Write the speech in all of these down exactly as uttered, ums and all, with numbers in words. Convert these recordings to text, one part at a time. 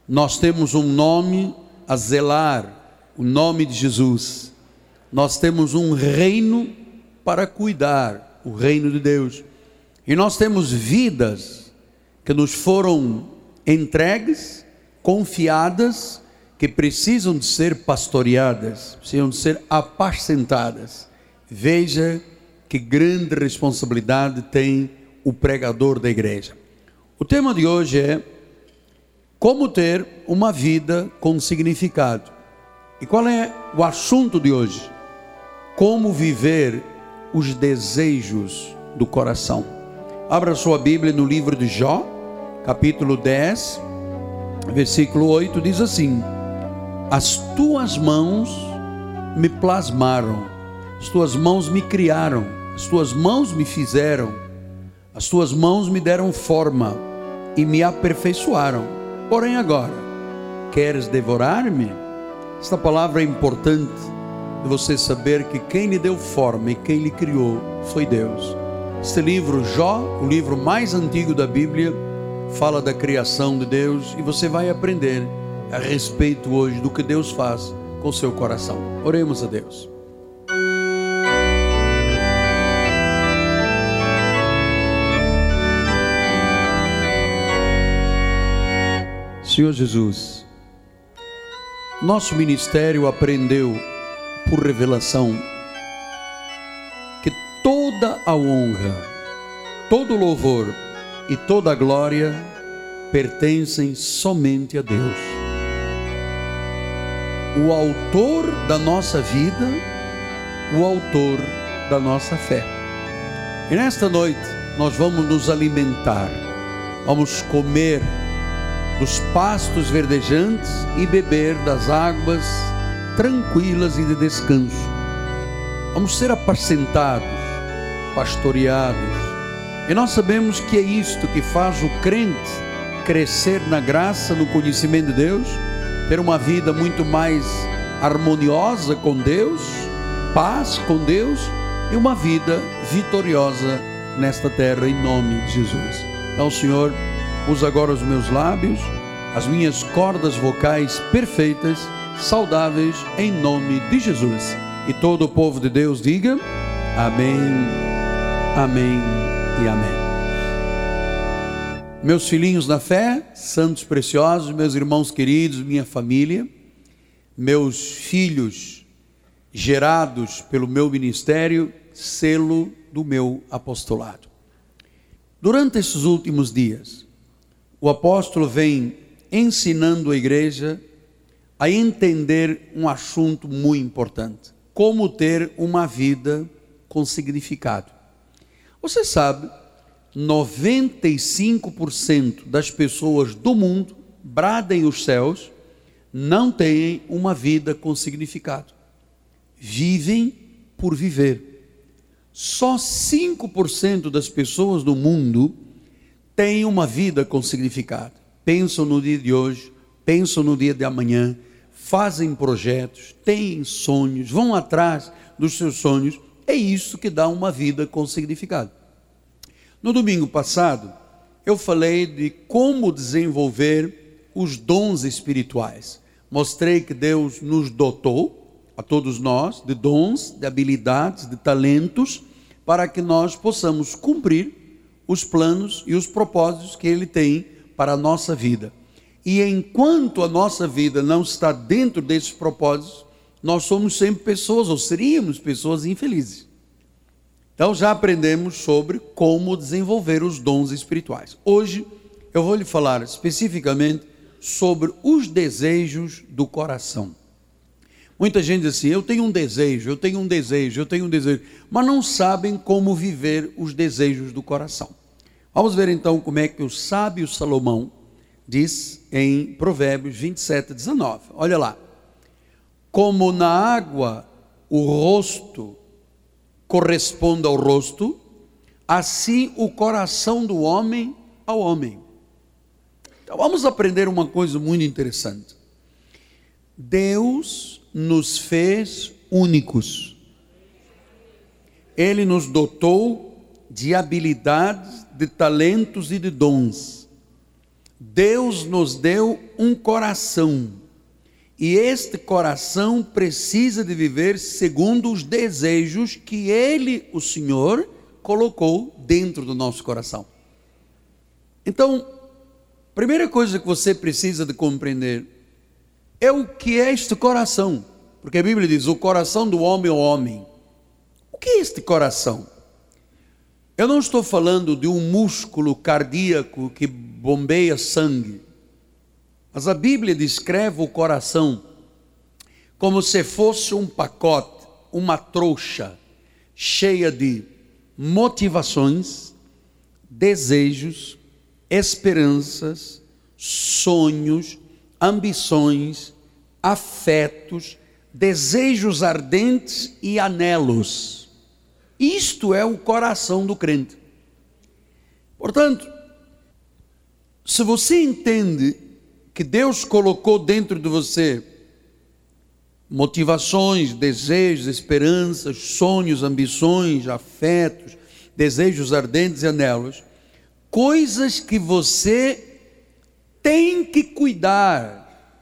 Nós temos um nome a zelar, o nome de Jesus. Nós temos um reino para cuidar, o reino de Deus. E nós temos vidas que nos foram entregues, confiadas, que precisam de ser pastoreadas, precisam de ser apacentadas. Veja que grande responsabilidade tem o pregador da igreja. O tema de hoje é como ter uma vida com significado. E qual é o assunto de hoje? Como viver os desejos do coração. Abra sua Bíblia no livro de Jó, capítulo dez, versículo oito, diz assim: as tuas mãos me plasmaram, as tuas mãos me criaram, as tuas mãos me fizeram, as tuas mãos me deram forma e me aperfeiçoaram. Porém agora, queres devorar-me? Esta palavra é importante de você saber que quem lhe deu forma e quem lhe criou foi Deus. Este livro, Jó, o livro mais antigo da Bíblia, fala da criação de Deus, e você vai aprender a respeito hoje do que Deus faz com o seu coração. Oremos a Deus. Senhor Jesus, nosso ministério aprendeu por revelação que toda a honra, todo o louvor e toda a glória pertencem somente a Deus, o autor da nossa vida, o autor da nossa fé. E nesta noite nós vamos nos alimentar, vamos comer dos pastos verdejantes e beber das águas tranquilas e de descanso. Vamos ser apacentados, pastoreados. E nós sabemos que é isto que faz o crente crescer na graça, no conhecimento de Deus, ter uma vida muito mais harmoniosa com Deus, paz com Deus e uma vida vitoriosa nesta terra, em nome de Jesus. Então, Senhor, usa agora os meus lábios, as minhas cordas vocais perfeitas, saudáveis, em nome de Jesus. E todo o povo de Deus diga amém, amém e amém. Meus filhinhos na fé, santos preciosos, meus irmãos queridos, minha família, meus filhos gerados pelo meu ministério, selo do meu apostolado. Durante esses últimos dias, o apóstolo vem ensinando a igreja a entender um assunto muito importante: como ter uma vida com significado. Você sabe, noventa e cinco por cento das pessoas do mundo, bradem os céus, não têm uma vida com significado. Vivem por viver. Só cinco por cento das pessoas do mundo têm uma vida com significado. Pensam no dia de hoje, pensam no dia de amanhã, fazem projetos, têm sonhos, vão atrás dos seus sonhos. É isso que dá uma vida com significado. No domingo passado, eu falei de como desenvolver os dons espirituais. Mostrei que Deus nos dotou, a todos nós, de dons, de habilidades, de talentos, para que nós possamos cumprir os planos e os propósitos que Ele tem para a nossa vida. E enquanto a nossa vida não está dentro desses propósitos, nós somos sempre pessoas, ou seríamos pessoas infelizes. Então já aprendemos sobre como desenvolver os dons espirituais. Hoje eu vou lhe falar especificamente sobre os desejos do coração. Muita gente diz assim: eu tenho um desejo, eu tenho um desejo, eu tenho um desejo, mas não sabem como viver os desejos do coração. Vamos ver então como é que o sábio Salomão diz em Provérbios vinte e sete, dezenove. Olha lá: como na água o rosto corresponde ao rosto, assim o coração do homem ao homem. Então vamos aprender uma coisa muito interessante. Deus nos fez únicos. Ele nos dotou de habilidades, de talentos e de dons. Deus nos deu um coração, e este coração precisa de viver segundo os desejos que Ele, o Senhor, colocou dentro do nosso coração. Então, a primeira coisa que você precisa de compreender é o que é este coração, porque a Bíblia diz, o coração do homem é o homem. O que é este coração? Eu não estou falando de um músculo cardíaco que bombeia sangue, mas a Bíblia descreve o coração como se fosse um pacote, uma trouxa cheia de motivações, desejos, esperanças, sonhos, ambições, afetos, desejos ardentes e anelos. Isto é o coração do crente. Portanto, se você entende que Deus colocou dentro de você motivações, desejos, esperanças, sonhos, ambições, afetos, desejos ardentes e anelos, coisas que você tem que cuidar,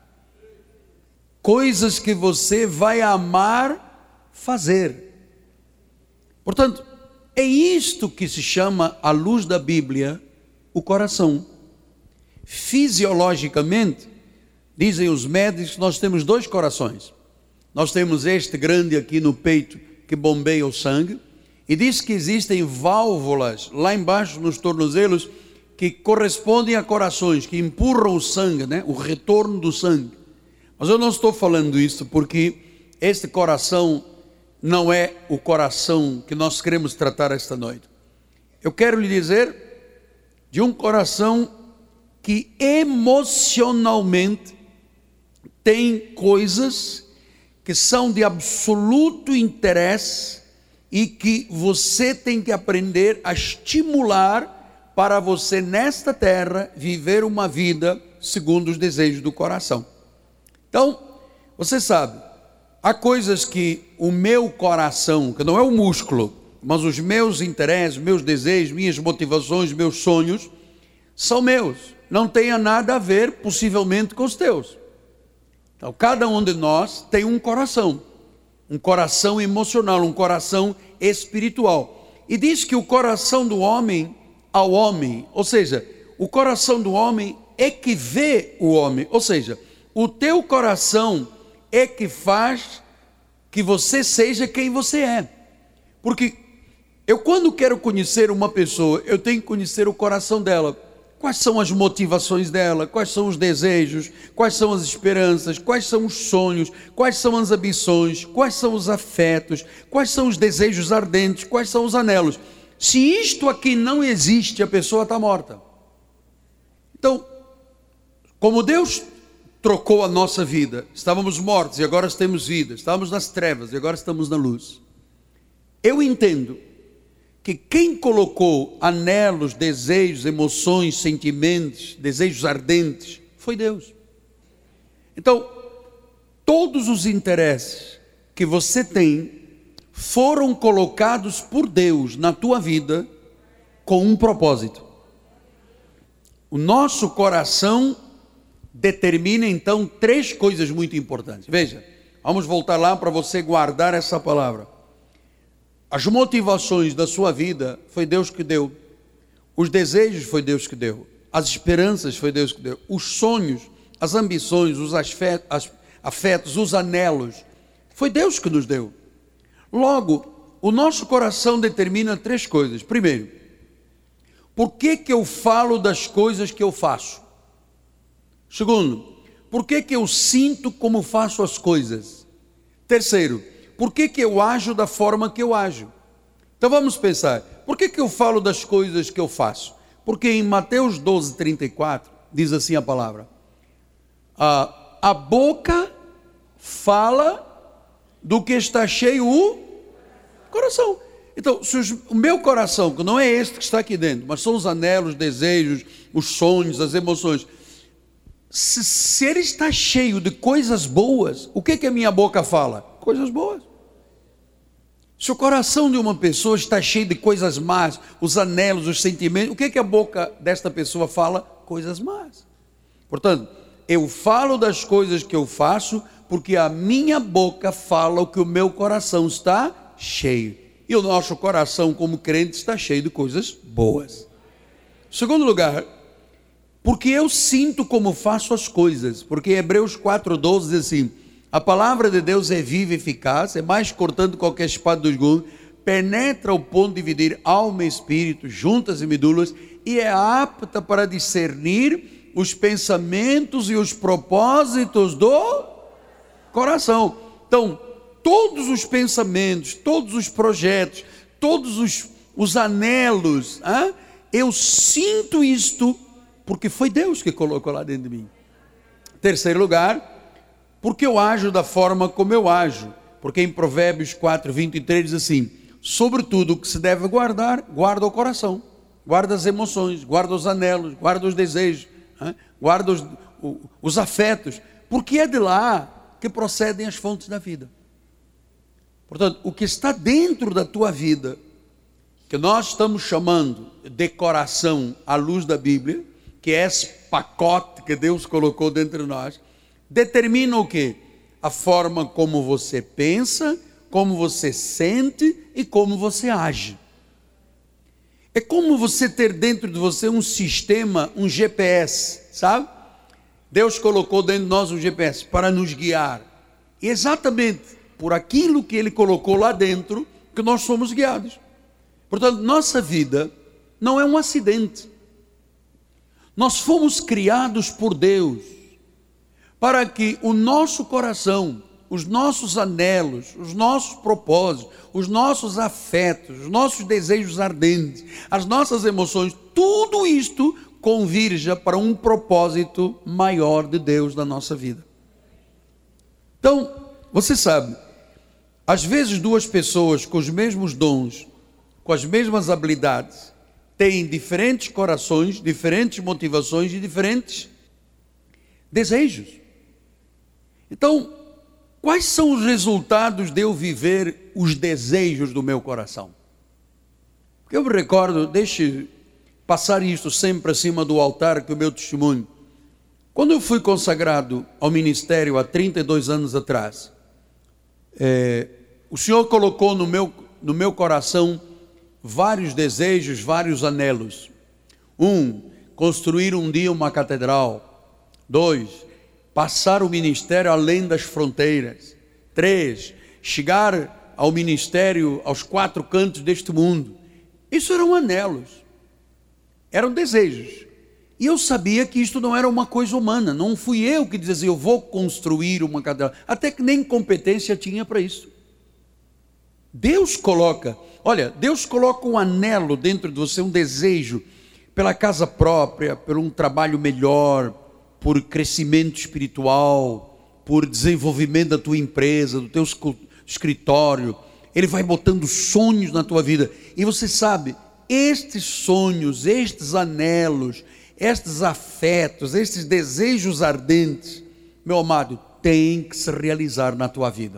coisas que você vai amar fazer. Portanto, é isto que se chama, à luz da Bíblia, o coração. Fisiologicamente, dizem os médicos que nós temos dois corações. Nós temos este grande aqui no peito que bombeia o sangue, e diz que existem válvulas lá embaixo nos tornozelos que correspondem a corações, que empurram o sangue, né? O retorno do sangue. Mas eu não estou falando isso porque este coração não é o coração que nós queremos tratar esta noite. Eu quero lhe dizer de um coração que emocionalmente tem coisas que são de absoluto interesse e que você tem que aprender a estimular para você nesta terra viver uma vida segundo os desejos do coração. Então, você sabe, há coisas que o meu coração, que não é o músculo, mas os meus interesses, meus desejos, minhas motivações, meus sonhos, são meus, não tenha nada a ver possivelmente com os teus. Então, cada um de nós tem um coração, um coração emocional, um coração espiritual. E diz que o coração do homem ao homem, ou seja, o coração do homem é que vê o homem, ou seja, o teu coração é que faz que você seja quem você é. Porque eu, quando quero conhecer uma pessoa, eu tenho que conhecer o coração dela. Quais são as motivações dela, quais são os desejos, quais são as esperanças, quais são os sonhos, quais são as ambições, quais são os afetos, quais são os desejos ardentes, quais são os anelos. Se isto aqui não existe, a pessoa está morta. Então, como Deus trocou a nossa vida, estávamos mortos e agora temos vida, estávamos nas trevas e agora estamos na luz. Eu entendo que quem colocou anelos, desejos, emoções, sentimentos, desejos ardentes, foi Deus. Então, todos os interesses que você tem foram colocados por Deus na tua vida com um propósito. O nosso coração determina então três coisas muito importantes. Veja, vamos voltar lá para você guardar essa palavra. As motivações da sua vida foi Deus que deu. Os desejos foi Deus que deu. As esperanças foi Deus que deu. Os sonhos, as ambições, os afetos, os anelos, foi Deus que nos deu. Logo, o nosso coração determina três coisas. Primeiro, por que que eu falo das coisas que eu faço? Segundo, por que que eu sinto como faço as coisas? Terceiro, por que que eu ajo da forma que eu ajo? Então vamos pensar, por que que eu falo das coisas que eu faço? Porque em Mateus doze, trinta e quatro, diz assim a palavra, a, a boca fala do que está cheio o coração. Então, se os, o meu coração, que não é este que está aqui dentro, mas são os anelos, os desejos, os sonhos, as emoções, se, se ele está cheio de coisas boas, o que que a minha boca fala? Coisas boas. Se o coração de uma pessoa está cheio de coisas más, os anelos, os sentimentos, o que que a boca desta pessoa fala? coisas más. Portanto, eu falo das coisas que eu faço, porque a minha boca fala o que o meu coração está cheio. E o nosso coração, como crente, está cheio de coisas boas. Segundo lugar, porque eu sinto como faço as coisas. Porque Hebreus quatro, doze diz assim: a palavra de Deus é viva e eficaz, é mais cortante que qualquer espada dos gumes, penetra ao ponto de dividir alma e espírito, juntas e medulas, e é apta para discernir os pensamentos e os propósitos do coração. Então, todos os pensamentos, todos os projetos, todos os, os anelos, hein? Eu sinto isto porque foi Deus que colocou lá dentro de mim. Terceiro lugar, porque eu ajo da forma como eu ajo. Porque em Provérbios quatro, vinte e três diz assim: sobretudo o que se deve guardar, guarda o coração, guarda as emoções, guarda os anelos, guarda os desejos, hein? Guarda os, os afetos, porque é de lá que procedem as fontes da vida. Portanto, o que está dentro da tua vida, que nós estamos chamando de coração à luz da Bíblia, que é esse pacote que Deus colocou dentro de nós, determina o quê? A forma como você pensa, como você sente e como você age. É como você ter dentro de você um sistema, um G P S, sabe? Deus colocou dentro de nós um G P S para nos guiar. E exatamente por aquilo que Ele colocou lá dentro que nós somos guiados. Portanto, nossa vida não é um acidente. Nós fomos criados por Deus para que o nosso coração, os nossos anelos, os nossos propósitos, os nossos afetos, os nossos desejos ardentes, as nossas emoções, tudo isto convirja para um propósito maior de Deus na nossa vida. Então, você sabe, às vezes duas pessoas com os mesmos dons, com as mesmas habilidades, têm diferentes corações, diferentes motivações e diferentes desejos. Então, quais são os resultados de eu viver os desejos do meu coração? Porque eu me recordo, deixe passar isto sempre acima do altar, que é o meu testemunho. Quando eu fui consagrado ao ministério há trinta e dois anos atrás, é, o Senhor colocou no meu, no meu coração vários desejos, vários anelos. Um, construir um dia uma catedral. Dois, passar o ministério além das fronteiras. Três, chegar ao ministério aos quatro cantos deste mundo. Isso eram anelos, eram desejos. E eu sabia que isto não era uma coisa humana. Não fui eu que dizia, eu vou construir uma catedral. Até que nem competência tinha para isso. Deus coloca, olha, Deus coloca um anelo dentro de você, um desejo pela casa própria, por um trabalho melhor, por crescimento espiritual, por desenvolvimento da tua empresa, do teu escritório. Ele vai botando sonhos na tua vida. E você sabe, estes sonhos, estes anelos, estes afetos, estes desejos ardentes, meu amado, tem que se realizar na tua vida.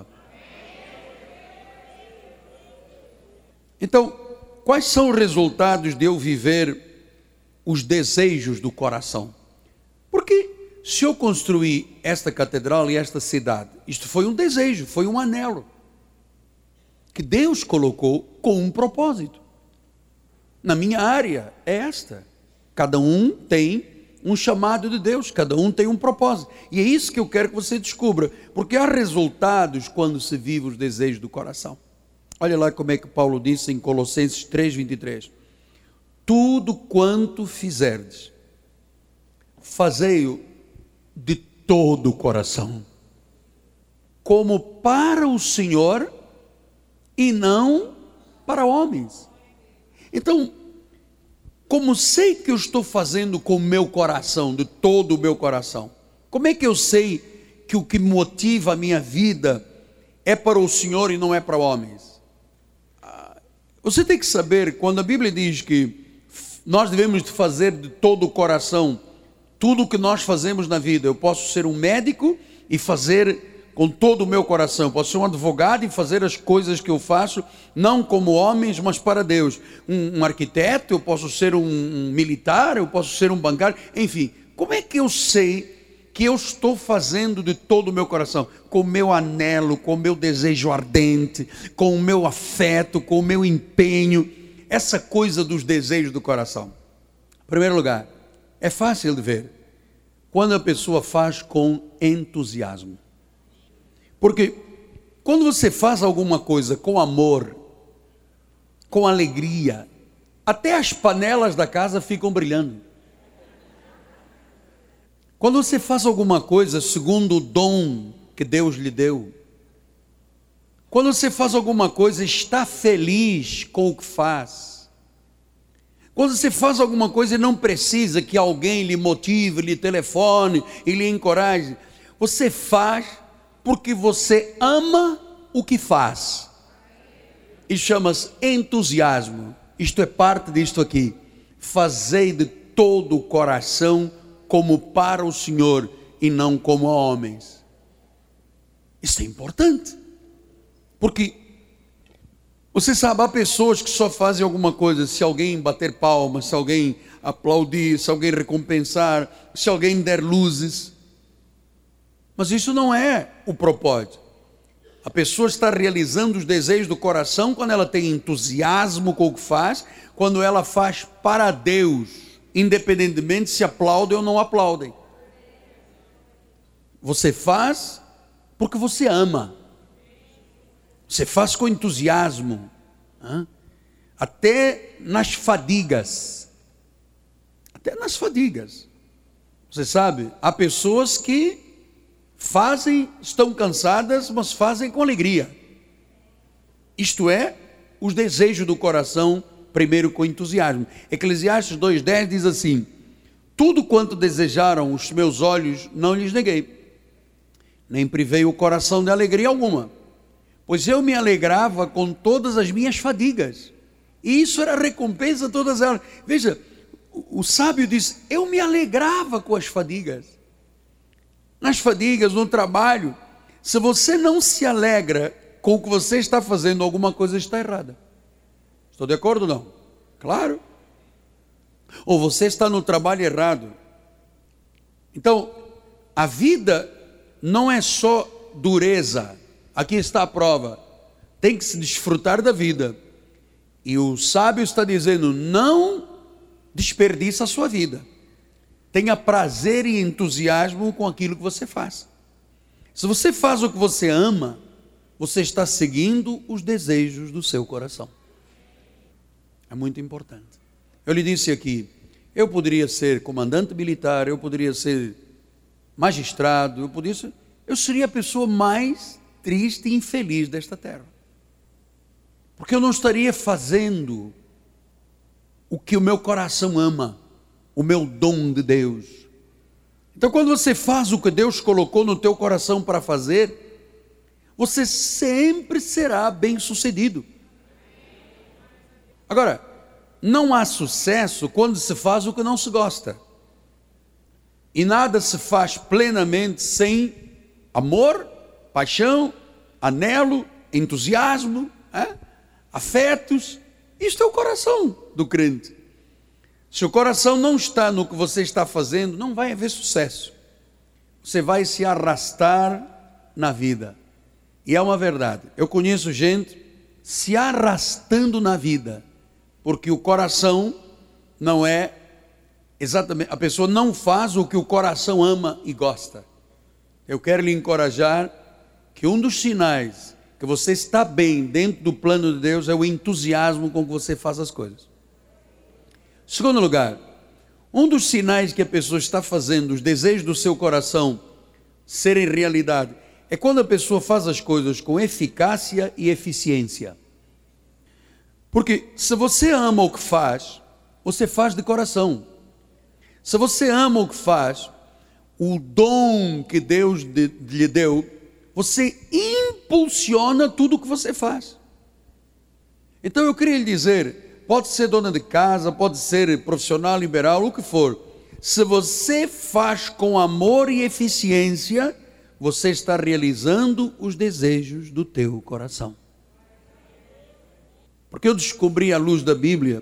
Então, quais são os resultados de eu viver os desejos do coração? Porque se eu construir esta catedral e esta cidade, isto foi um desejo, foi um anelo que Deus colocou com um propósito. Na minha área é esta. Cada um tem um chamado de Deus, cada um tem um propósito. E é isso que eu quero que você descubra, porque há resultados quando se vive os desejos do coração. Olha lá como é que Paulo disse em Colossenses três, vinte e três. Tudo quanto fizerdes, fazei-o de todo o coração, como para o Senhor e não para homens. Então, como sei que eu estou fazendo com o meu coração, de todo o meu coração, como é que eu sei que o que motiva a minha vida é para o Senhor e não é para homens? Você tem que saber, quando a Bíblia diz que nós devemos fazer de todo o coração tudo o que nós fazemos na vida. Eu posso ser um médico e fazer com todo o meu coração. Eu posso ser um advogado e fazer as coisas que eu faço, não como homens, mas para Deus. Um, um arquiteto, eu posso ser um, um militar, eu posso ser um bancário, enfim. Como é que eu sei que eu estou fazendo de todo o meu coração? Com o meu anelo, com o meu desejo ardente, com o meu afeto, com o meu empenho, essa coisa dos desejos do coração. Em primeiro lugar, é fácil de ver quando a pessoa faz com entusiasmo. Porque quando você faz alguma coisa com amor, com alegria, até as panelas da casa ficam brilhando. Quando você faz alguma coisa segundo o dom que Deus lhe deu, quando você faz alguma coisa, está feliz com o que faz, quando você faz alguma coisa e não precisa que alguém lhe motive, lhe telefone e lhe encoraje, você faz porque você ama o que faz. Isso chama-se entusiasmo. Isto é parte disto aqui. Fazei de todo o coração como para o Senhor e não como a homens. Isso é importante. Porque, você sabe, há pessoas que só fazem alguma coisa se alguém bater palmas, se alguém aplaudir, se alguém recompensar, se alguém der luzes. Mas isso não é o propósito. A pessoa está realizando os desejos do coração quando ela tem entusiasmo com o que faz, quando ela faz para Deus, independentemente se aplaudem ou não aplaudem. Você faz porque você ama. Você faz com entusiasmo. Hein? Até nas fadigas. Até nas fadigas. Você sabe, há pessoas que fazem, estão cansadas, mas fazem com alegria. Isto é, os desejos do coração, primeiro com entusiasmo. Eclesiastes dois, dez diz assim: tudo quanto desejaram os meus olhos, não lhes neguei, nem privei o coração de alegria alguma, pois eu me alegrava com todas as minhas fadigas, e isso era recompensa todas elas. Veja, o, o sábio diz, eu me alegrava com as fadigas. Nas fadigas, no trabalho, se você não se alegra com o que você está fazendo, alguma coisa está errada. Estou de acordo ou não? Claro. Ou você está no trabalho errado. Então, a vida não é só dureza. Aqui está a prova. Tem que se desfrutar da vida. E o sábio está dizendo, não desperdiça a sua vida. Tenha prazer e entusiasmo com aquilo que você faz. Se você faz o que você ama, você está seguindo os desejos do seu coração. É muito importante. Eu lhe disse aqui, eu poderia ser comandante militar, eu poderia ser magistrado, eu poderia ser, eu seria a pessoa mais triste e infeliz desta terra. Porque eu não estaria fazendo o que o meu coração ama, o meu dom de Deus. Então, quando você faz o que Deus colocou no teu coração para fazer, você sempre será bem-sucedido. Agora, não há sucesso quando se faz o que não se gosta. E nada se faz plenamente sem amor, paixão, anelo, entusiasmo, é? afetos. Isto é o coração do crente. Se o coração não está no que você está fazendo, não vai haver sucesso. Você vai se arrastar na vida. E é uma verdade. Eu conheço gente se arrastando na vida, porque o coração não é exatamente, a pessoa não faz o que o coração ama e gosta. Eu quero lhe encorajar que um dos sinais que você está bem dentro do plano de Deus é o entusiasmo com que você faz as coisas. Segundo lugar, um dos sinais que a pessoa está fazendo os desejos do seu coração serem realidade é quando a pessoa faz as coisas com eficácia e eficiência. Porque se você ama o que faz, você faz de coração. Se você ama o que faz, o dom que Deus lhe deu, você impulsiona tudo o que você faz. Então eu queria lhe dizer, pode ser dona de casa, pode ser profissional liberal, o que for. Se você faz com amor e eficiência, você está realizando os desejos do teu coração. Porque eu descobri à luz da Bíblia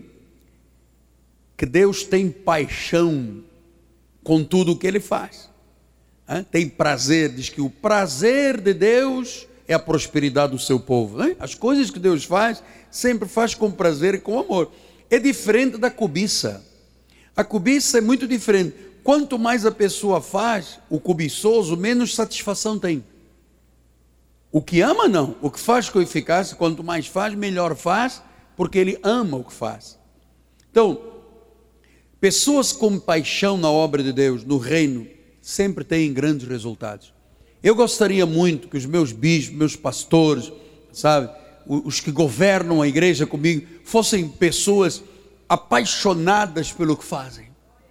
que Deus tem paixão com tudo o que Ele faz. Tem prazer, diz que o prazer de Deus é a prosperidade do seu povo. As coisas que Deus faz, sempre faz com prazer e com amor. É diferente da cobiça. A cobiça é muito diferente. Quanto mais a pessoa faz, o cobiçoso, menos satisfação tem. O que ama, não. O que faz com eficácia, quanto mais faz, melhor faz, porque ele ama o que faz. Então, pessoas com paixão na obra de Deus, no reino, sempre têm grandes resultados. Eu gostaria muito que os meus bispos, meus pastores, sabe, os que governam a igreja comigo, fossem pessoas apaixonadas pelo que fazem.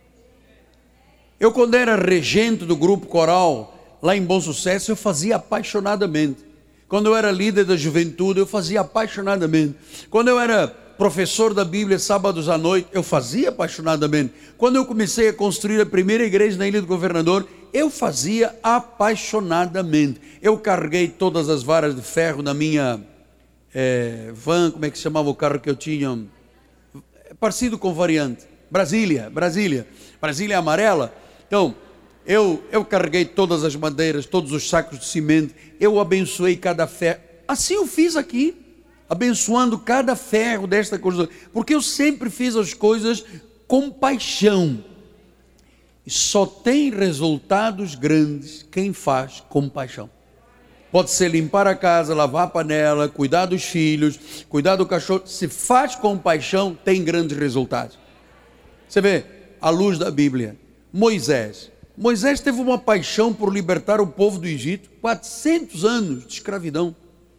Eu, quando era regente do grupo coral, lá em Bom Sucesso, eu fazia apaixonadamente. Quando eu era líder da juventude, eu fazia apaixonadamente. Quando eu era professor da Bíblia, sábados à noite, eu fazia apaixonadamente. Quando eu comecei a construir a primeira igreja na Ilha do Governador, eu fazia apaixonadamente. Eu carreguei todas as varas de ferro na minha é, van, como é que se chamava o carro que eu tinha? Parecido com variante. Brasília, Brasília. Brasília amarela. Então, eu, eu carreguei todas as madeiras, todos os sacos de cimento, eu abençoei cada ferro. Assim eu fiz aqui, abençoando cada ferro desta coisa, porque eu sempre fiz as coisas com paixão. E só tem resultados grandes quem faz com paixão. Pode ser limpar a casa, lavar a panela, cuidar dos filhos, cuidar do cachorro. Se faz com paixão, tem grandes resultados. Você vê, à luz da Bíblia, Moisés. Moisés teve uma paixão por libertar o povo do Egito, quatrocentos anos de escravidão.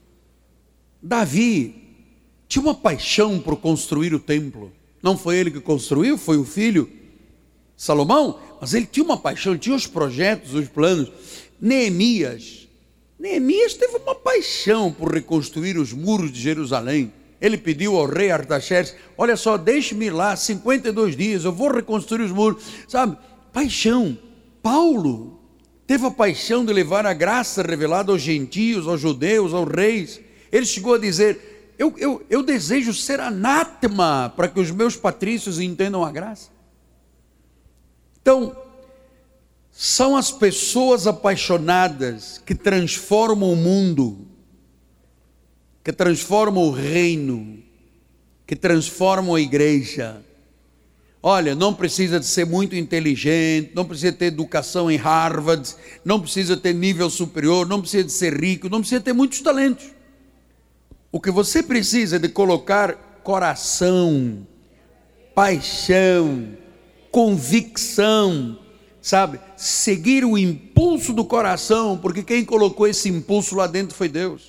Davi tinha uma paixão por construir o templo. Não foi ele que construiu, foi o filho Salomão, mas ele tinha uma paixão, ele tinha os projetos, os planos. Neemias, Neemias teve uma paixão por reconstruir os muros de Jerusalém. Ele pediu ao rei Artaxerxes, olha só, deixe-me lá cinquenta e dois dias, eu vou reconstruir os muros, sabe, paixão. Paulo teve a paixão de levar a graça revelada aos gentios, aos judeus, aos reis. Ele chegou a dizer, eu, eu, eu desejo ser anátema para que os meus patrícios entendam a graça. Então, são as pessoas apaixonadas que transformam o mundo, que transformam o reino, que transformam a igreja. Olha, não precisa de ser muito inteligente, não precisa ter educação em Harvard, não precisa ter nível superior, não precisa de ser rico, não precisa ter muitos talentos. O que você precisa é de colocar coração, paixão, convicção, sabe? Seguir o impulso do coração, porque quem colocou esse impulso lá dentro foi Deus.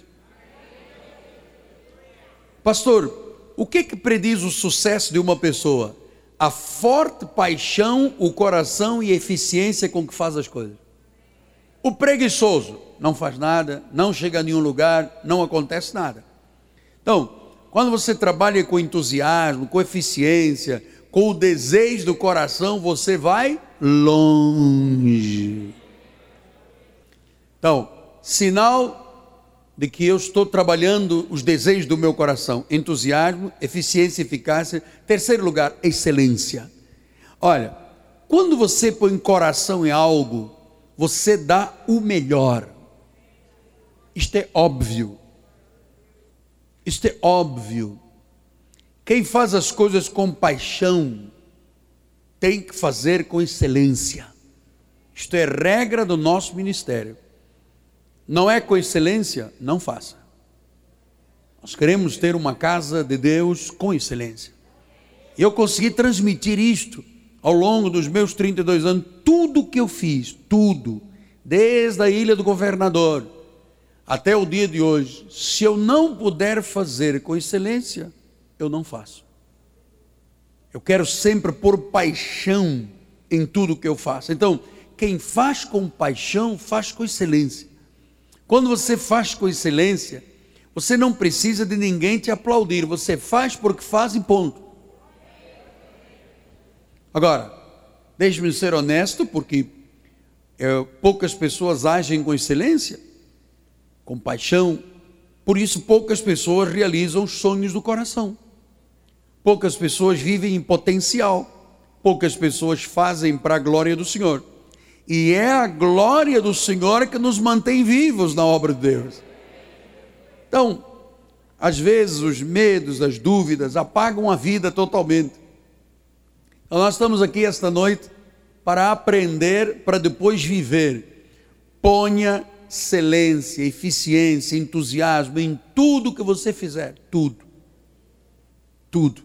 Pastor, o que que prediz o sucesso de uma pessoa? A forte paixão, o coração e a eficiência com que faz as coisas. O preguiçoso não faz nada, não chega a nenhum lugar, não acontece nada. Então, quando você trabalha com entusiasmo, com eficiência, com o desejo do coração, você vai longe. Então, sinal de que eu estou trabalhando os desejos do meu coração, entusiasmo, eficiência e eficácia. Terceiro lugar, excelência. Olha, quando você põe coração em algo, você dá o melhor. Isto é óbvio. Isto é óbvio. Quem faz as coisas com paixão, tem que fazer com excelência. Isto é regra do nosso ministério. Não é com excelência, não faça. Nós queremos ter uma casa de Deus com excelência. E eu consegui transmitir isto ao longo dos meus trinta e dois anos. Tudo que eu fiz, tudo, desde a Ilha do Governador até o dia de hoje, se eu não puder fazer com excelência, eu não faço. Eu quero sempre pôr paixão em tudo que eu faço. Então, quem faz com paixão, faz com excelência. Quando você faz com excelência, você não precisa de ninguém te aplaudir, você faz porque faz e ponto. Agora, deixe-me ser honesto, porque É, poucas pessoas agem com excelência, com paixão. Por isso, poucas pessoas realizam os sonhos do coração. Poucas pessoas vivem em potencial. Poucas pessoas fazem para a glória do Senhor. E é a glória do Senhor que nos mantém vivos na obra de Deus. Então, às vezes os medos, as dúvidas apagam a vida totalmente. Então, nós estamos aqui esta noite para aprender, para depois viver. Ponha excelência, eficiência, entusiasmo em tudo que você fizer, tudo, tudo.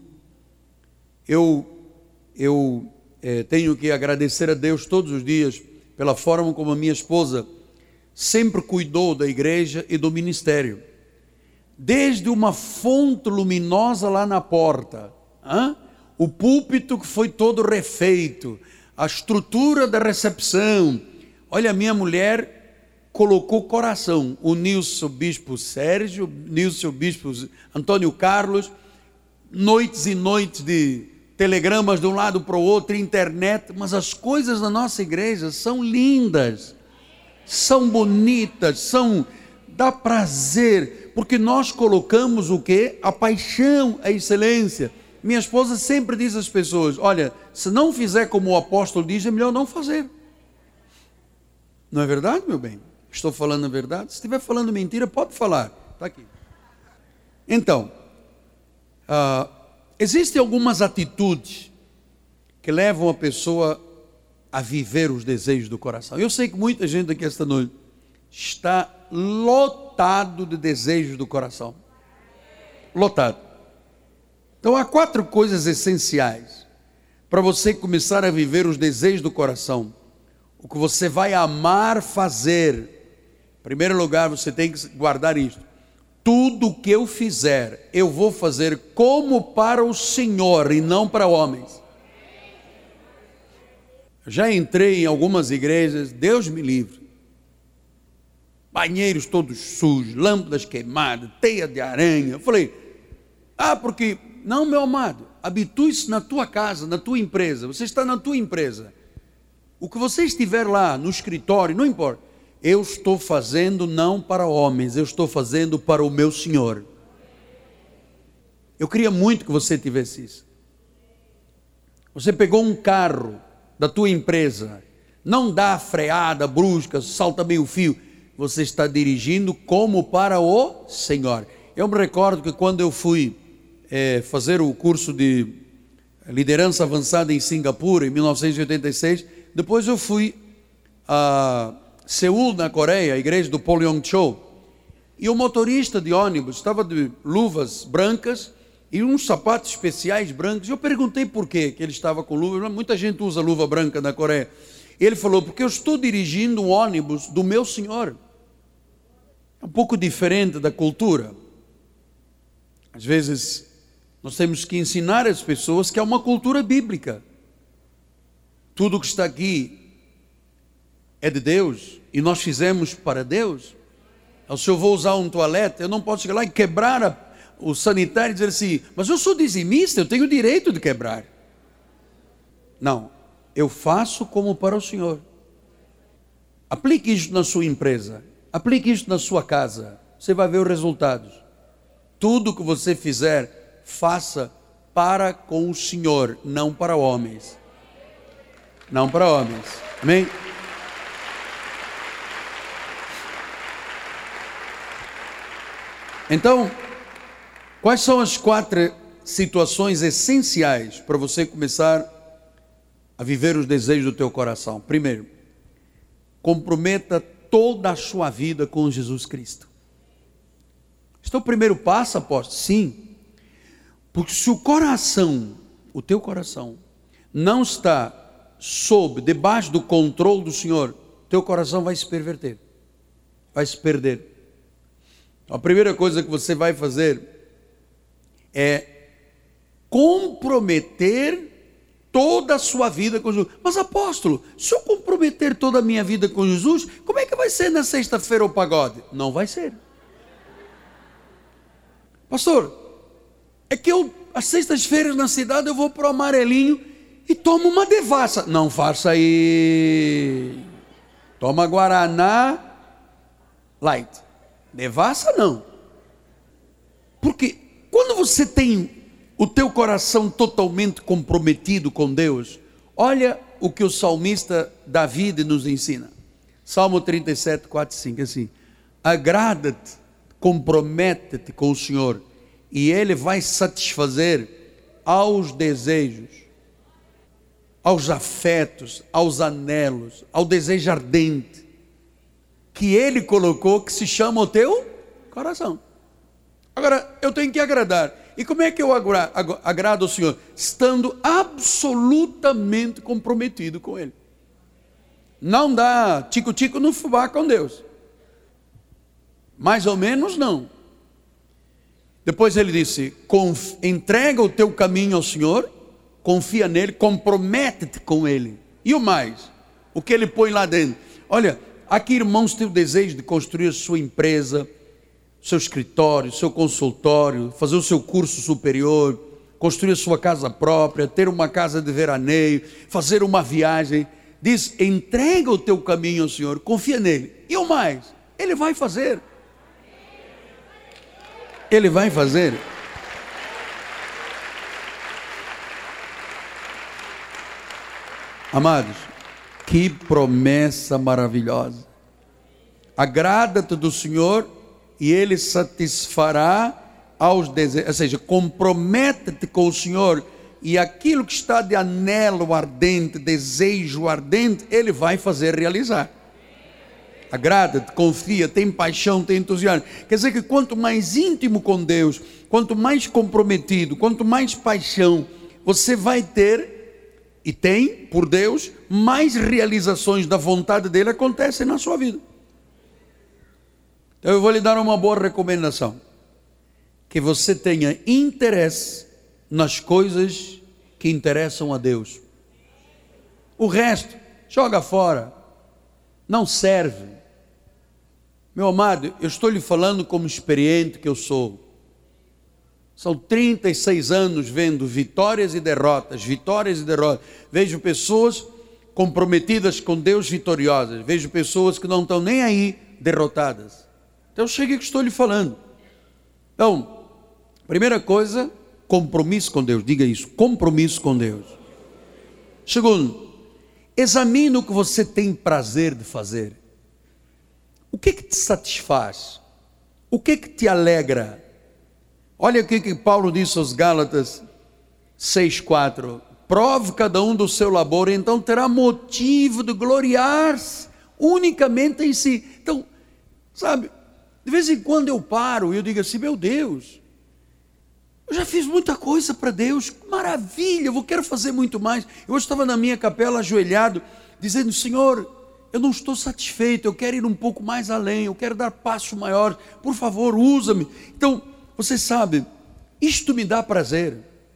Eu, eu é, tenho que agradecer a Deus todos os dias pela forma como a minha esposa sempre cuidou da igreja e do ministério. Desde uma fonte luminosa lá na porta, hein? O púlpito que foi todo refeito, a estrutura da recepção. Olha, a minha mulher colocou coração. O Nilson Bispo Sérgio, Nilson Bispo Antônio Carlos, noites e noites de telegramas de um lado para o outro, internet. Mas as coisas da nossa igreja são lindas, são bonitas, são, dá prazer, porque nós colocamos o quê? A paixão, a excelência. Minha esposa sempre diz às pessoas: olha, se não fizer como o apóstolo diz, é melhor não fazer. Não é verdade, meu bem? Estou falando a verdade? Se estiver falando mentira, pode falar. Está aqui. Então, uh, existem algumas atitudes que levam a pessoa a viver os desejos do coração. Eu sei que muita gente aqui esta noite está lotado de desejos do coração. Lotado. Então há quatro coisas essenciais para você começar a viver os desejos do coração. O que você vai amar fazer. Em primeiro lugar, você tem que guardar isto. Tudo o que eu fizer, eu vou fazer como para o Senhor e não para homens. Eu já entrei em algumas igrejas, Deus me livre. Banheiros todos sujos, lâmpadas queimadas, teia de aranha. Eu falei, ah, porque... Não, meu amado, habitue-se na tua casa, na tua empresa. Você está na tua empresa. O que você estiver lá no escritório, não importa. Eu estou fazendo não para homens, eu estou fazendo para o meu Senhor. Eu queria muito que você tivesse isso. Você pegou um carro da tua empresa, não dá freada brusca, salta meio fio. Você está dirigindo como para o Senhor. Eu me recordo que quando eu fui É, fazer o curso de liderança avançada em Singapura, em mil novecentos e oitenta e seis. Depois eu fui a Seul, na Coreia, a igreja do Paul Yong-cho. E o motorista de ônibus estava de luvas brancas e uns sapatos especiais brancos. Eu perguntei por quê que ele estava com luvas. Muita gente usa luva branca na Coreia. Ele falou, porque eu estou dirigindo um ônibus do meu Senhor. É um pouco diferente da cultura. Às vezes... nós temos que ensinar as pessoas que há uma cultura bíblica. Tudo que está aqui é de Deus e nós fizemos para Deus. Se eu vou usar um toalete, eu não posso chegar lá e quebrar a, o sanitário e dizer assim, mas eu sou dizimista, eu tenho o direito de quebrar. Não, eu faço como para o Senhor. Aplique isso na sua empresa, aplique isso na sua casa, você vai ver os resultados. Tudo que você fizer, faça para com o Senhor, não para homens. Não para homens. Amém? Então, quais são as quatro situações essenciais para você começar a viver os desejos do teu coração? Primeiro, comprometa toda a sua vida com Jesus Cristo. Este é o primeiro passo, apóstolo? Sim. Porque se o coração, o teu coração, não está sob, debaixo do controle do Senhor, teu coração vai se perverter, vai se perder. A primeira coisa que você vai fazer é comprometer toda a sua vida com Jesus. Mas apóstolo, se eu comprometer toda a minha vida com Jesus, como é que vai ser na sexta-feira o pagode? Não vai ser. Pastor, é que eu, às sextas-feiras na cidade, eu vou para o Amarelinho e tomo uma devassa. Não faça aí. Toma Guaraná Light. Devassa não. Porque quando você tem o teu coração totalmente comprometido com Deus, olha o que o salmista Davi nos ensina. Salmo trinta e sete, quatro e cinco, assim: agrada-te, compromete-te com o Senhor, e Ele vai satisfazer aos desejos, aos afetos, aos anelos, ao desejo ardente que Ele colocou, que se chama o teu coração. Agora, eu tenho que agradar. E como é que eu agra- ag- agrado ao Senhor? Estando absolutamente comprometido com Ele. Não dá tico-tico no fubá com Deus. Mais ou menos não. Depois ele disse: conf- entrega o teu caminho ao Senhor, confia nele, compromete-te com Ele. E o mais? O que Ele põe lá dentro? Olha, aqui, irmãos, tem o desejo de construir a sua empresa, seu escritório, seu consultório, fazer o seu curso superior, construir a sua casa própria, ter uma casa de veraneio, fazer uma viagem. Diz: entrega o teu caminho ao Senhor, confia nele. E o mais? Ele vai fazer. Ele vai fazer. Amados, que promessa maravilhosa. Agrada-te do Senhor e Ele satisfará aos desejos, ou seja, compromete-te com o Senhor, e aquilo que está de anelo ardente, desejo ardente, Ele vai fazer realizar. Agrada-te, confia, tem paixão, tem entusiasmo. Quer dizer que quanto mais íntimo com Deus, quanto mais comprometido, quanto mais paixão você vai ter, e tem por Deus, mais realizações da vontade dele acontecem na sua vida. Então eu vou lhe dar uma boa recomendação: que você tenha interesse nas coisas que interessam a Deus. O resto, joga fora, não serve. Meu amado, eu estou lhe falando como experiente que eu sou. São trinta e seis anos vendo vitórias e derrotas, vitórias e derrotas. Vejo pessoas comprometidas com Deus vitoriosas. Vejo pessoas que não estão nem aí, derrotadas. Então cheguei que estou lhe falando. Então, primeira coisa, compromisso com Deus. Diga isso, compromisso com Deus. Segundo, examine o que você tem prazer de fazer. O que que te satisfaz? O que que te alegra? Olha o que Paulo disse aos Gálatas seis, quatro. Prove cada um do seu labor, então terá motivo de gloriar-se unicamente em si. Então, sabe, de vez em quando eu paro e eu digo assim: meu Deus, eu já fiz muita coisa para Deus, maravilha, eu quero fazer muito mais. Eu hoje estava na minha capela ajoelhado, dizendo: Senhor, eu não estou satisfeito, eu quero ir um pouco mais além, eu quero dar passos maiores, por favor, usa-me. Então, você sabe, isto me dá prazer.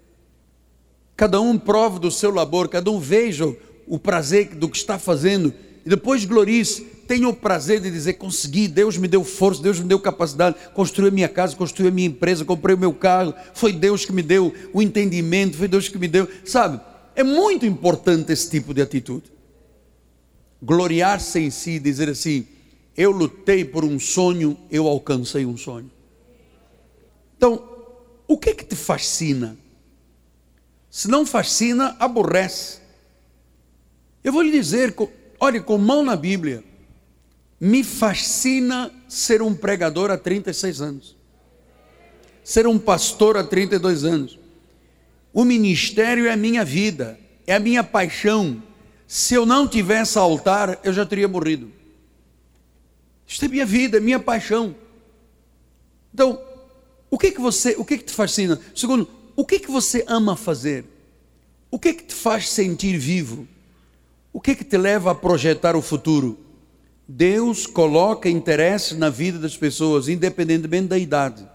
Cada um prova do seu labor, cada um veja o prazer do que está fazendo, e depois glorie-se. Tenha o prazer de dizer: consegui, Deus me deu força, Deus me deu capacidade, construí a minha casa, construí a minha empresa, comprei o meu carro, foi Deus que me deu o entendimento, foi Deus que me deu, sabe? É muito importante esse tipo de atitude. Gloriar-se em si, dizer assim: eu lutei por um sonho, eu alcancei um sonho. Então, o que que te fascina? Se não fascina, aborrece. Eu vou lhe dizer, olha, com mão na Bíblia, me fascina ser um pregador há trinta e seis anos, ser um pastor há trinta e dois anos. O ministério é a minha vida, é a minha paixão. Se eu não tivesse altar, eu já teria morrido. Isto é minha vida, é minha paixão. Então, o que que você, o que que te fascina? Segundo, o que que você ama fazer? O que que te faz sentir vivo? O que que te leva a projetar o futuro? Deus coloca interesse na vida das pessoas, independentemente da idade.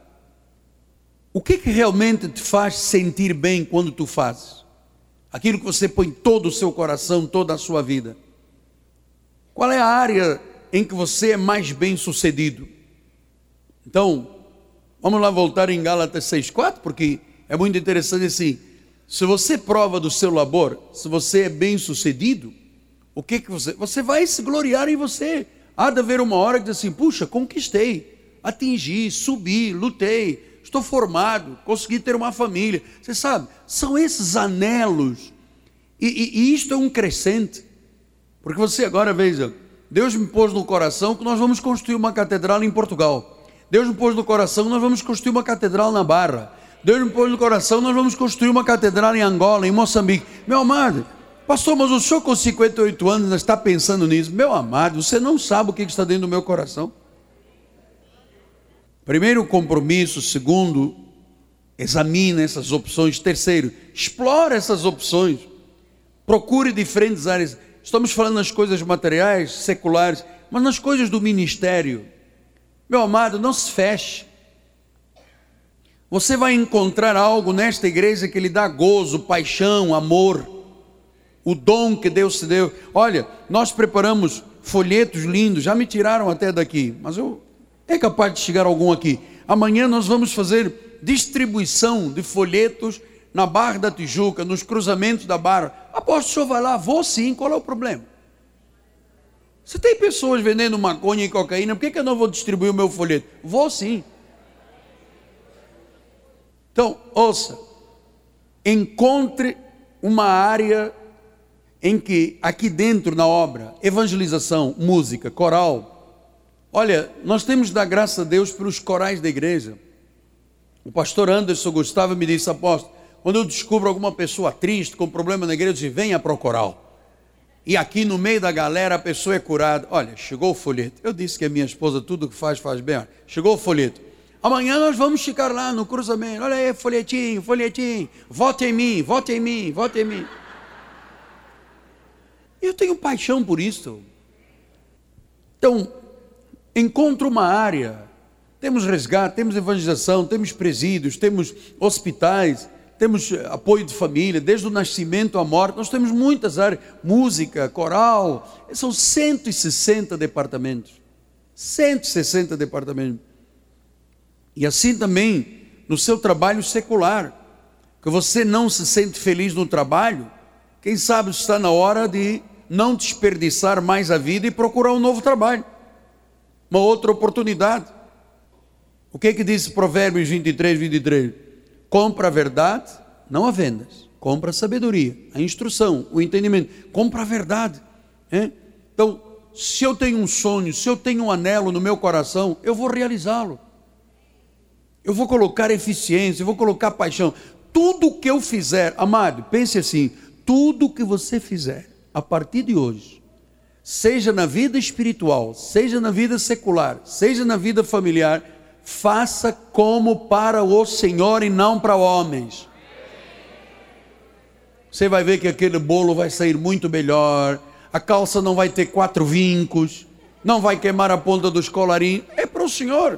O que que realmente te faz sentir bem quando tu fazes? Aquilo que você põe todo o seu coração, toda a sua vida. Qual é a área em que você é mais bem sucedido? Então, vamos lá voltar em Gálatas seis, quatro, porque é muito interessante assim. Se você prova do seu labor, se você é bem sucedido, O que que você... Você vai se gloriar em você. Há de haver uma hora que diz assim, puxa, conquistei, atingi, subi, lutei, estou formado, consegui ter uma família. Você sabe, são esses anelos. E, e, e isto é um crescente. Porque você agora, veja, Deus me pôs no coração que nós vamos construir uma catedral em Portugal. Deus me pôs no coração que nós vamos construir uma catedral na Barra. Deus me pôs no coração que nós vamos construir uma catedral em Angola, em Moçambique. Meu amado, pastor, mas o senhor com cinquenta e oito anos ainda está pensando nisso. Meu amado, você não sabe o que está dentro do meu coração. Primeiro, compromisso. Segundo, examine essas opções. Terceiro, explore essas opções. Procure diferentes áreas. Estamos falando nas coisas materiais, seculares, mas nas coisas do ministério. Meu amado, não se feche. Você vai encontrar algo nesta igreja que lhe dá gozo, paixão, amor. O dom que Deus te deu. Olha, nós preparamos folhetos lindos. Já me tiraram até daqui, mas eu é capaz de chegar algum aqui. Amanhã nós vamos fazer distribuição de folhetos na Barra da Tijuca, nos cruzamentos da Barra. Apóstolo, o senhor vai lá? Vou sim, qual é o problema? Se tem pessoas vendendo maconha e cocaína, por que, que eu não vou distribuir o meu folheto? Vou sim. Então, ouça, encontre uma área em que, aqui dentro na obra, evangelização, música, coral. Olha, nós temos de dar graças a Deus pelos corais da igreja. O pastor Anderson Gustavo me disse, apóstolo, quando eu descubro alguma pessoa triste, com problema na igreja, eu disse, venha para o coral. E aqui no meio da galera a pessoa é curada. Olha, chegou o folheto. Eu disse que a minha esposa tudo que faz, faz bem. Olha, chegou o folheto. Amanhã nós vamos ficar lá no cruzamento. Olha aí, folhetinho, folhetinho. Vote em mim, vote em mim, vote em mim. Eu tenho paixão por isso. Então, encontre uma área. Temos resgate, temos evangelização, temos presídios, temos hospitais, temos apoio de família, desde o nascimento à morte. Nós temos muitas áreas, música, coral. São cento e sessenta departamentos. cento e sessenta departamentos. E assim também no seu trabalho secular, que você não se sente feliz no trabalho, quem sabe está na hora de não desperdiçar mais a vida e procurar um novo trabalho, uma outra oportunidade. O que é que diz Provérbios vinte e três, vinte e três? Compra a verdade, não a vendas. Compra a sabedoria, a instrução, o entendimento. Compra a verdade. Hein? Então, se eu tenho um sonho, se eu tenho um anelo no meu coração, eu vou realizá-lo. Eu vou colocar eficiência, eu vou colocar paixão. Tudo que eu fizer, amado, pense assim, tudo que você fizer, a partir de hoje, seja na vida espiritual, seja na vida secular, seja na vida familiar, faça como para o Senhor e não para homens. Você vai ver que aquele bolo vai sair muito melhor, a calça não vai ter quatro vincos, não vai queimar a ponta dos colarinhos, é para o Senhor.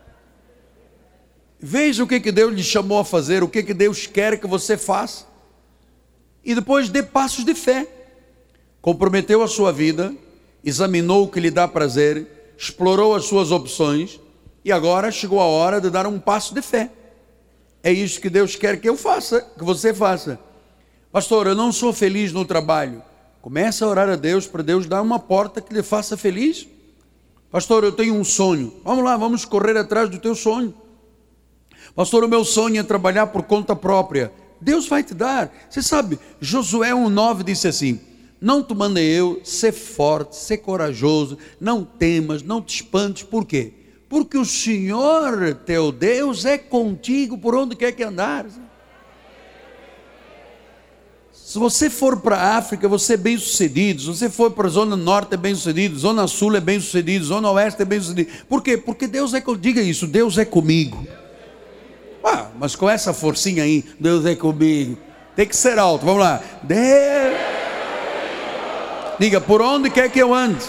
Veja o que, que Deus lhe chamou a fazer, o que, que Deus quer que você faça, e depois dê passos de fé. Comprometeu a sua vida, examinou o que lhe dá prazer, explorou as suas opções, e agora chegou a hora de dar um passo de fé. É isso que Deus quer que eu faça, que você faça. Pastor, eu não sou feliz no trabalho. Comece a orar a Deus para Deus dar uma porta que lhe faça feliz. Pastor, eu tenho um sonho. Vamos lá, vamos correr atrás do teu sonho. Pastor, o meu sonho é trabalhar por conta própria. Deus vai te dar. Você sabe, Josué um nove disse assim: não te mandei eu, ser forte, ser corajoso, não temas, não te espantes. Por quê? Porque o Senhor teu Deus é contigo por onde quer que andares. Se você for para a África, você é bem sucedido. Se você for para a Zona Norte, é bem sucedido. Zona Sul é bem sucedido. Zona Oeste é bem sucedido. Por quê? Porque Deus é, diga isso, Deus é comigo. Ah, mas com essa forcinha aí, Deus é comigo. Tem que ser alto, vamos lá. Deus. Diga, por onde quer que eu ande.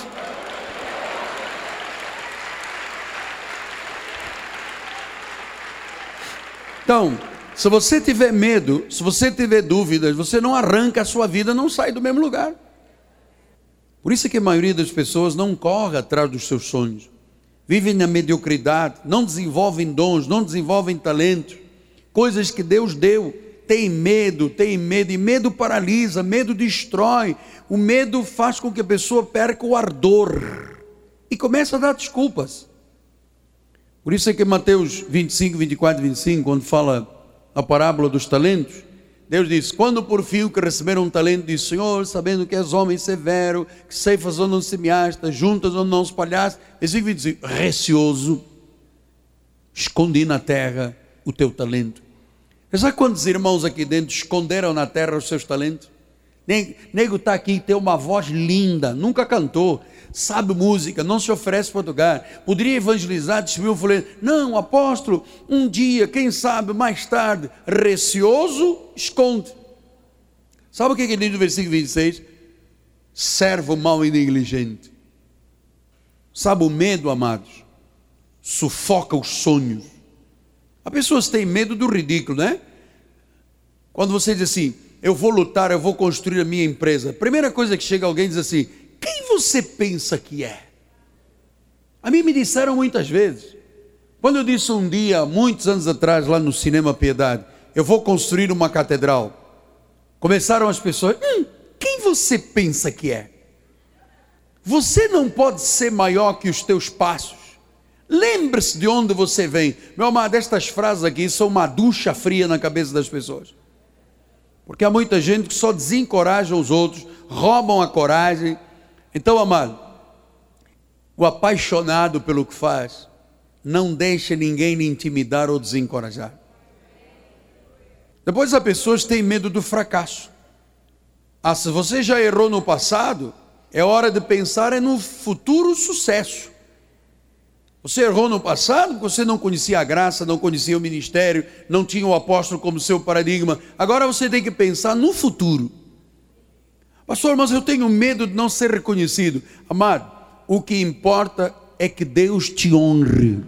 Então, se você tiver medo, se você tiver dúvidas, você não arranca a sua vida, não sai do mesmo lugar. Por isso é que a maioria das pessoas não corre atrás dos seus sonhos. Vivem na mediocridade, não desenvolvem dons, não desenvolvem talentos, coisas que Deus deu. tem medo, tem medo, e medo paralisa, medo destrói, o medo faz com que a pessoa perca o ardor, e começa a dar desculpas. Por isso é que Mateus vinte e cinco, vinte e quatro, vinte e cinco, quando fala a parábola dos talentos, Deus diz: quando por fim o que receberam um talento, diz: Senhor, sabendo que és homem severo, que ceifas onde não semeaste, juntas onde não espalhaste, versículo vinte e cinco, receoso, escondi na terra o teu talento. Sabe quantos irmãos aqui dentro esconderam na terra os seus talentos? Nego está aqui, tem uma voz linda, nunca cantou, sabe música, não se oferece para tocar, poderia evangelizar, distribuir um folheto. Não, apóstolo, um dia, quem sabe, mais tarde, receoso, esconde. Sabe o que ele diz no versículo vinte e seis? Servo mau e negligente. Sabe o medo, amados, sufoca os sonhos. As pessoas têm medo do ridículo, né? Quando você diz assim: eu vou lutar, eu vou construir a minha empresa, a primeira coisa que chega alguém diz assim: quem você pensa que é? A mim me disseram muitas vezes, quando eu disse um dia, muitos anos atrás, lá no Cinema Piedade, eu vou construir uma catedral, começaram as pessoas: hum, quem você pensa que é? Você não pode ser maior que os teus passos. Lembre-se de onde você vem. Meu amado, estas frases aqui são uma ducha fria na cabeça das pessoas, porque há muita gente que só desencoraja os outros, roubam a coragem. Então, amado, o apaixonado pelo que faz, não deixa ninguém lhe intimidar ou desencorajar. Depois, as pessoas têm medo do fracasso. Ah, se você já errou no passado, é hora de pensar é no futuro sucesso. Você errou no passado porque você não conhecia a graça, não conhecia o ministério, não tinha o apóstolo como seu paradigma. Agora você tem que pensar no futuro. Pastor, mas eu tenho medo de não ser reconhecido. Amado, o que importa é que Deus te honre.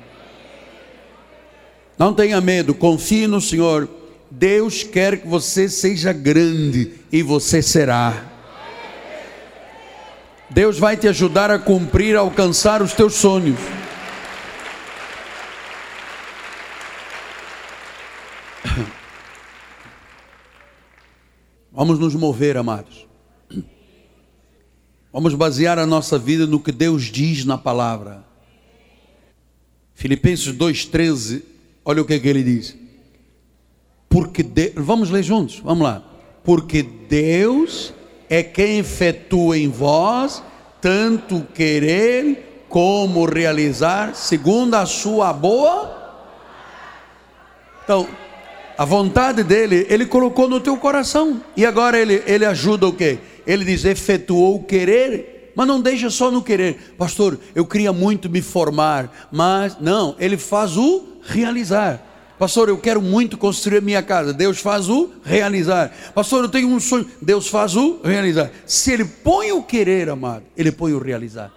Não tenha medo, confie no Senhor. Deus quer que você seja grande e você será. Deus vai te ajudar a cumprir, a alcançar os teus sonhos. Vamos nos mover, amados. Vamos basear a nossa vida no que Deus diz na palavra. Filipenses dois, treze, olha o que é que ele diz. Porque de... Vamos ler juntos, vamos lá. Porque Deus é quem efetua em vós tanto querer como realizar, segundo a sua boa. Então, a vontade dele, ele colocou no teu coração. E agora ele, ele ajuda o quê? Ele diz, efetuou o querer, mas não deixa só no querer. Pastor, eu queria muito me formar, mas não, ele faz o realizar. Pastor, eu quero muito construir a minha casa. Deus faz o realizar. Pastor, eu tenho um sonho. Deus faz o realizar. Se ele põe o querer, amado, ele põe o realizar.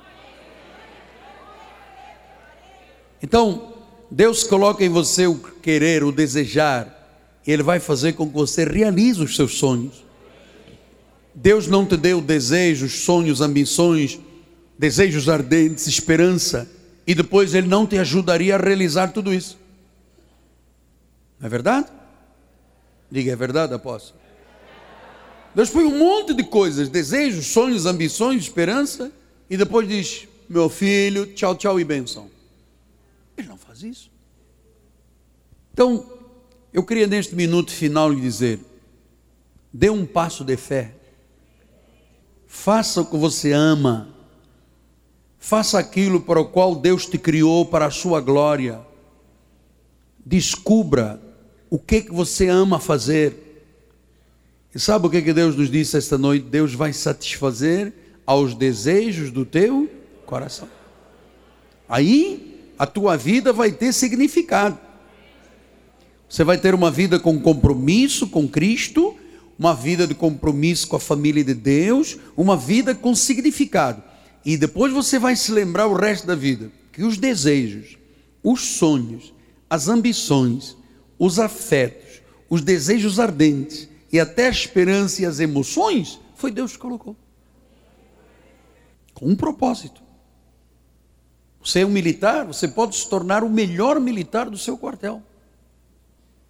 Então, Deus coloca em você o querer, o desejar. Ele vai fazer com que você realize os seus sonhos. Deus não te deu desejos, sonhos, ambições, desejos ardentes, esperança, e depois Ele não te ajudaria a realizar tudo isso. Não é verdade? Diga, é verdade, apóstolo? Deus põe um monte de coisas, desejos, sonhos, ambições, esperança, e depois diz, meu filho, tchau, tchau e bênção. Ele não faz isso. Então, eu queria neste minuto final lhe dizer, dê um passo de fé, faça o que você ama, faça aquilo para o qual Deus te criou para a sua glória, descubra o que que você ama fazer, e sabe o que que Deus nos disse esta noite? Deus vai satisfazer aos desejos do teu coração, aí a tua vida vai ter significado. Você vai ter uma vida com compromisso com Cristo, uma vida de compromisso com a família de Deus, uma vida com significado. E depois você vai se lembrar o resto da vida, que os desejos, os sonhos, as ambições, os afetos, os desejos ardentes e até a esperança e as emoções, foi Deus que colocou. Com um propósito. Você é um militar, você pode se tornar o melhor militar do seu quartel.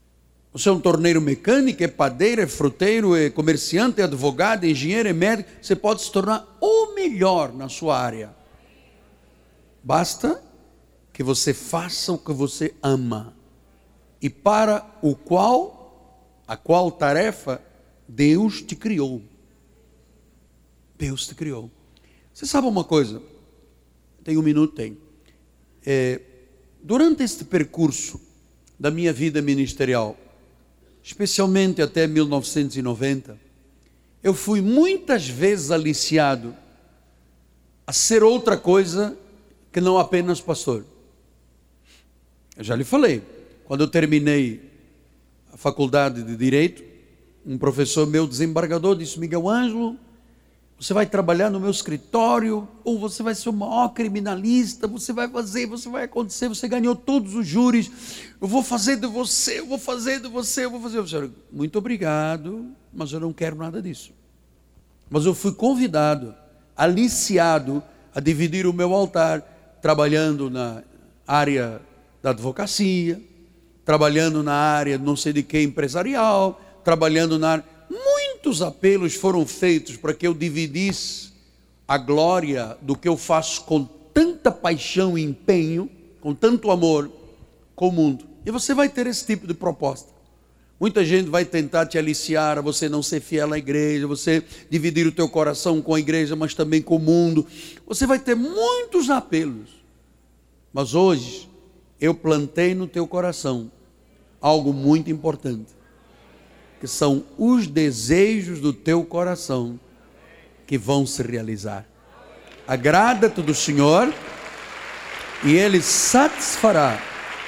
Você é um torneiro mecânico, é padeiro, é fruteiro, é comerciante, é advogado, é engenheiro, é médico. Você pode se tornar o melhor na sua área. Basta que você faça o que você ama e para o qual, a qual tarefa Deus te criou. Deus te criou. Você sabe uma coisa? Tem um minuto, tem. É, durante este percurso da minha vida ministerial, especialmente até mil novecentos e noventa, eu fui muitas vezes aliciado a ser outra coisa que não apenas pastor. Eu já lhe falei, quando eu terminei a faculdade de Direito, um professor meu desembargador disse: Miguel Ângelo, você vai trabalhar no meu escritório, ou você vai ser o maior criminalista, você vai fazer, você vai acontecer, você ganhou todos os júris, eu vou fazer de você, eu vou fazer de você, eu vou fazer de você. Muito obrigado, mas eu não quero nada disso. Mas eu fui convidado, aliciado, a dividir o meu altar, trabalhando na área da advocacia, trabalhando na área não sei de que empresarial, trabalhando na área... Muitos apelos foram feitos para que eu dividisse a glória do que eu faço com tanta paixão e empenho, com tanto amor, com o mundo. E você vai ter esse tipo de proposta. Muita gente vai tentar te aliciar a você não ser fiel à igreja, você dividir o teu coração com a igreja, mas também com o mundo. Você vai ter muitos apelos. Mas hoje, eu plantei no teu coração algo muito importante, que são os desejos do teu coração que vão se realizar. Agrada-te do Senhor e Ele satisfará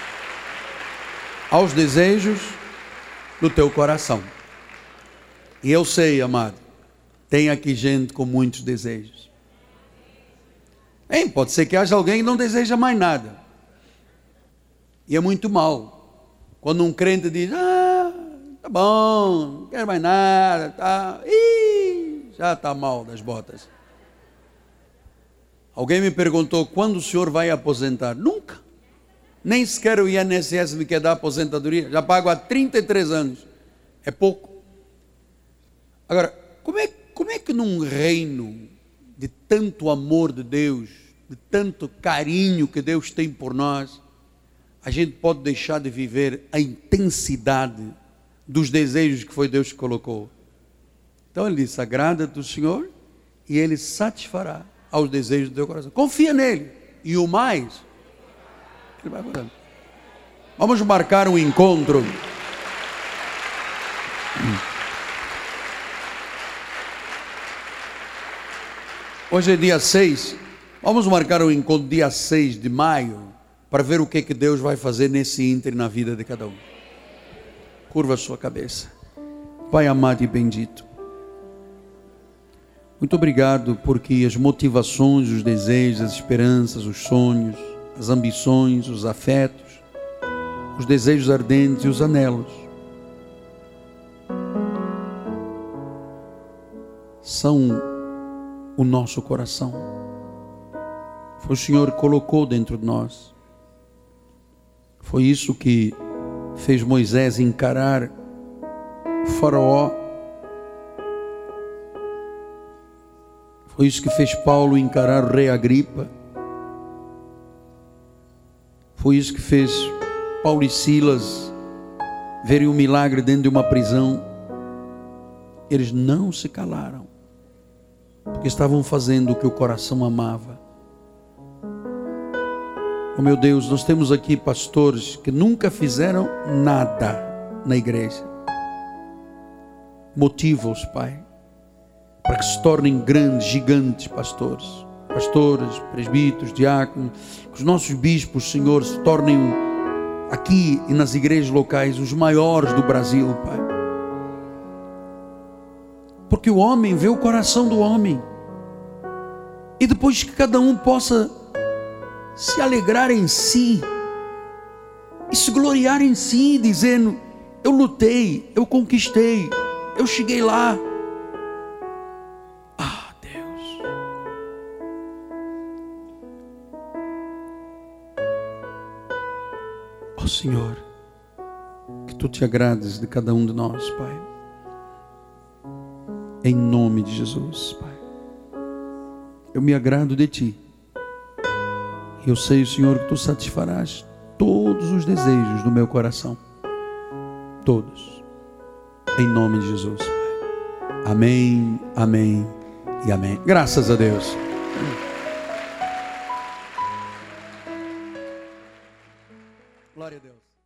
aos desejos do teu coração. E eu sei, amado, tem aqui gente com muitos desejos. Hein, pode ser que haja alguém que não deseja mais nada. E é muito mal quando um crente diz: ah, tá bom, não quero mais nada, tá, ih, já está mal das botas. Alguém me perguntou: quando o senhor vai aposentar? Nunca. Nem sequer o I N S S me quer dar aposentadoria. Já pago há trinta e três anos. É pouco. Agora, como é, como é que num reino de tanto amor de Deus, de tanto carinho que Deus tem por nós, a gente pode deixar de viver a intensidade dos desejos que foi Deus que colocou? Então ele disse: agrada-te do Senhor e Ele satisfará aos desejos do teu coração. Confia nele e o mais Ele vai fazer. Vamos marcar um encontro. Hoje é dia seis. Vamos marcar um encontro dia seis de maio para ver o que, que Deus vai fazer nesse ínterim na vida de cada um. Curva a sua cabeça. Pai amado e bendito, muito obrigado porque as motivações, os desejos, as esperanças, os sonhos, as ambições, os afetos, os desejos ardentes e os anelos são o nosso coração. Foi o Senhor que colocou dentro de nós. Foi isso que fez Moisés encarar o faraó. Foi isso que fez Paulo encarar o rei Agripa. Foi isso que fez Paulo e Silas verem um milagre dentro de uma prisão. Eles não se calaram, porque estavam fazendo o que o coração amava. Oh meu Deus, nós temos aqui pastores que nunca fizeram nada na igreja. Motiva-os, Pai, para que se tornem grandes, gigantes pastores, pastoras, presbíteros, diáconos, que os nossos bispos, Senhor, se tornem aqui e nas igrejas locais os maiores do Brasil, Pai. Porque o homem vê o coração do homem, e depois que cada um possa se alegrar em si e se gloriar em si, dizendo: eu lutei, eu conquistei, eu cheguei lá. Ah, Deus, ó Senhor, que Tu te agrades de cada um de nós, Pai. Em nome de Jesus, Pai. Eu me agrado de Ti. Eu sei, Senhor, que Tu satisfarás todos os desejos do meu coração. Todos. Em nome de Jesus, Pai. Amém, amém e amém. Graças a Deus. Glória a Deus.